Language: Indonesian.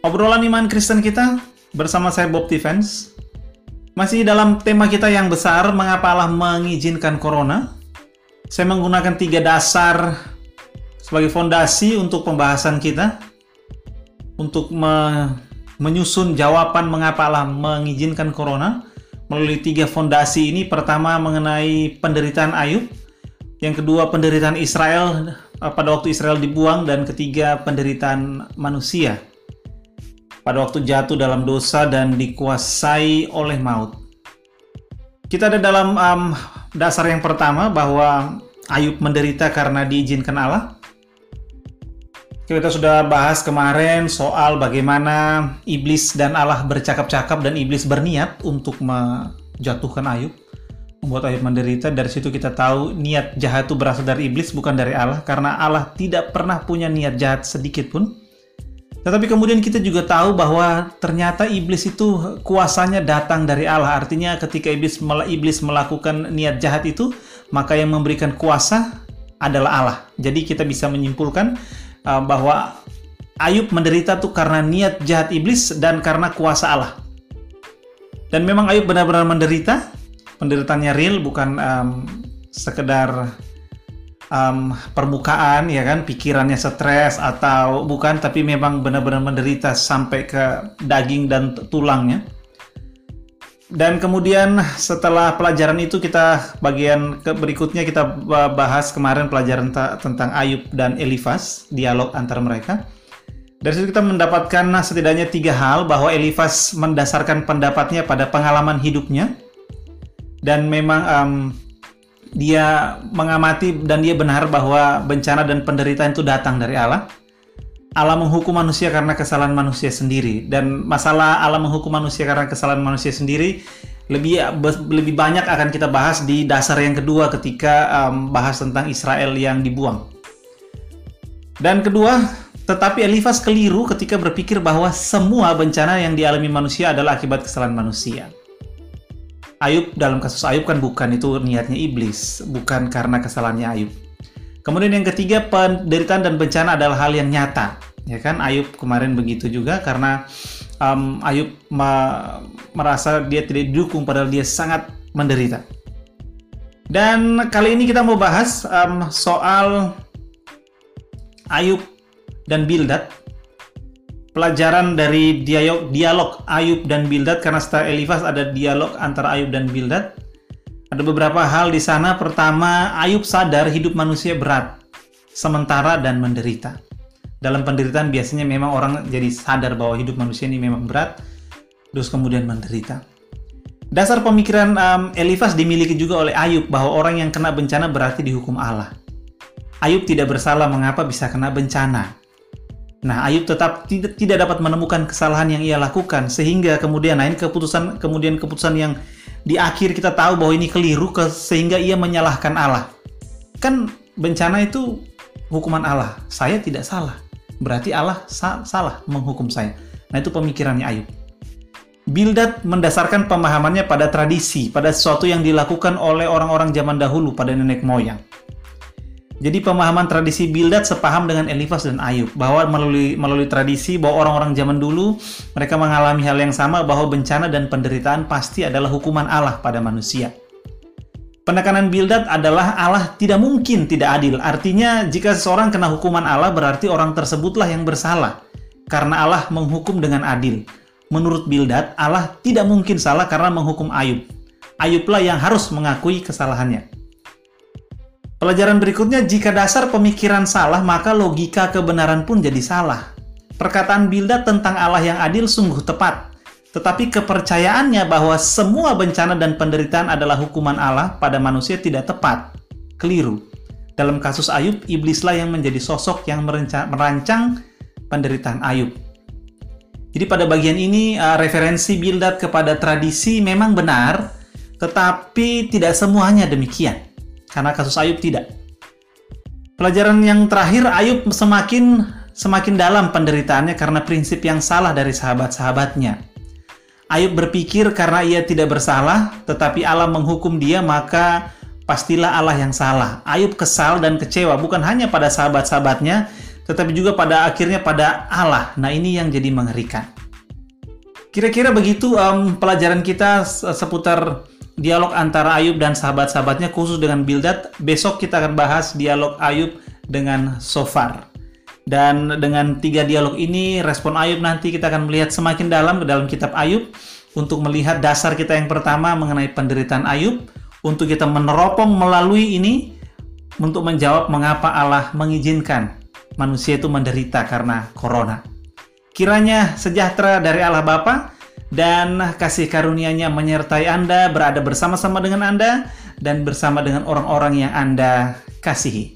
Obrolan iman Kristen kita bersama saya Bob Defense. Masih dalam tema kita yang besar, mengapa Allah mengizinkan corona. Saya menggunakan 3 dasar sebagai fondasi untuk pembahasan kita, untuk menyusun jawaban mengapa Allah mengizinkan corona melalui 3 fondasi ini. Pertama mengenai penderitaan Ayub, yang kedua penderitaan Israel pada waktu Israel dibuang, dan ketiga penderitaan manusia pada waktu jatuh dalam dosa dan dikuasai oleh maut. Kita ada dalam dasar yang pertama bahwa Ayub menderita karena diizinkan Allah. Kita sudah bahas kemarin soal bagaimana iblis dan Allah bercakap-cakap dan iblis berniat untuk menjatuhkan Ayub, membuat Ayub menderita. Dari situ kita tahu niat jahat itu berasal dari iblis, bukan dari Allah, karena Allah tidak pernah punya niat jahat sedikit pun. Tetapi kemudian kita juga tahu bahwa ternyata iblis itu kuasanya datang dari Allah. Artinya ketika iblis melakukan niat jahat itu, maka yang memberikan kuasa adalah Allah. Jadi kita bisa menyimpulkan bahwa Ayub menderita tuh karena niat jahat iblis dan karena kuasa Allah. Dan memang Ayub benar-benar menderita. Penderitaannya real, bukan sekedar permukaan, ya kan, pikirannya stres atau bukan, tapi memang benar-benar menderita sampai ke daging dan tulangnya. Dan kemudian setelah pelajaran itu, kita bagian berikutnya kita bahas kemarin pelajaran tentang Ayub dan Elifas, dialog antara mereka. Dari situ kita mendapatkan setidaknya 3 hal, bahwa Elifas mendasarkan pendapatnya pada pengalaman hidupnya, dan memang dia mengamati dan dia benar bahwa bencana dan penderitaan itu datang dari Allah. Allah menghukum manusia karena kesalahan manusia sendiri. Dan masalah Allah menghukum manusia karena kesalahan manusia sendiri lebih banyak akan kita bahas di dasar yang kedua ketika bahas tentang Israel yang dibuang. Dan kedua, tetapi Elifas keliru ketika berpikir bahwa semua bencana yang dialami manusia adalah akibat kesalahan manusia. Ayub, dalam kasus Ayub kan bukan itu niatnya iblis, bukan karena kesalahannya Ayub. Kemudian yang ketiga, penderitaan dan bencana adalah hal yang nyata, ya kan? Ayub kemarin begitu juga, karena Ayub merasa dia tidak didukung padahal dia sangat menderita. Dan kali ini kita mau bahas soal Ayub dan Bildad. Pelajaran dari dialog Ayub dan Bildad, karena setelah Elifas ada dialog antara Ayub dan Bildad. Ada beberapa hal di sana. Pertama, Ayub sadar hidup manusia berat, sementara dan menderita. Dalam penderitaan biasanya memang orang jadi sadar bahwa hidup manusia ini memang berat, terus kemudian menderita. Dasar pemikiran Elifas dimiliki juga oleh Ayub, bahwa orang yang kena bencana berarti dihukum Allah. Ayub tidak bersalah, mengapa bisa kena bencana? Nah, Ayub tetap tidak dapat menemukan kesalahan yang ia lakukan, sehingga kemudian keputusan yang di akhir kita tahu bahwa ini keliru, sehingga ia menyalahkan Allah. Kan bencana itu hukuman Allah, saya tidak salah, berarti Allah salah menghukum saya. Nah, itu pemikirannya Ayub. Bildad mendasarkan pemahamannya pada tradisi, pada sesuatu yang dilakukan oleh orang-orang zaman dahulu, pada nenek moyang. Jadi pemahaman tradisi Bildad sepaham dengan Elifas dan Ayub, bahwa melalui tradisi bahwa orang-orang zaman dulu mereka mengalami hal yang sama, bahwa bencana dan penderitaan pasti adalah hukuman Allah pada manusia. Penekanan Bildad adalah Allah tidak mungkin tidak adil. Artinya jika seseorang kena hukuman Allah, berarti orang tersebutlah yang bersalah, karena Allah menghukum dengan adil. Menurut Bildad, Allah tidak mungkin salah karena menghukum Ayub. Ayublah yang harus mengakui kesalahannya. Pelajaran berikutnya, jika dasar pemikiran salah, maka logika kebenaran pun jadi salah. Perkataan Bildad tentang Allah yang adil sungguh tepat, tetapi kepercayaannya bahwa semua bencana dan penderitaan adalah hukuman Allah pada manusia tidak tepat, keliru. Dalam kasus Ayub, iblislah yang menjadi sosok yang merancang penderitaan Ayub. Jadi pada bagian ini, referensi Bildad kepada tradisi memang benar, tetapi tidak semuanya demikian. Karena kasus Ayub tidak. Pelajaran yang terakhir, Ayub semakin dalam penderitaannya karena prinsip yang salah dari sahabat-sahabatnya. Ayub berpikir karena ia tidak bersalah, tetapi Allah menghukum dia, maka pastilah Allah yang salah. Ayub kesal dan kecewa bukan hanya pada sahabat-sahabatnya, tetapi juga pada akhirnya pada Allah. Nah, ini yang jadi mengerikan. Kira-kira begitu pelajaran kita seputar dialog antara Ayub dan sahabat-sahabatnya, khusus dengan Bildad. Besok kita akan bahas dialog Ayub dengan Sofar. Dan dengan 3 dialog ini, respon Ayub nanti kita akan melihat semakin dalam ke dalam kitab Ayub untuk melihat dasar kita yang pertama mengenai penderitaan Ayub, untuk kita meneropong melalui ini untuk menjawab mengapa Allah mengizinkan manusia itu menderita karena corona. Kiranya sejahtera dari Allah Bapa dan kasih karunia-Nya menyertai Anda, berada bersama-sama dengan Anda dan bersama dengan orang-orang yang Anda kasihi.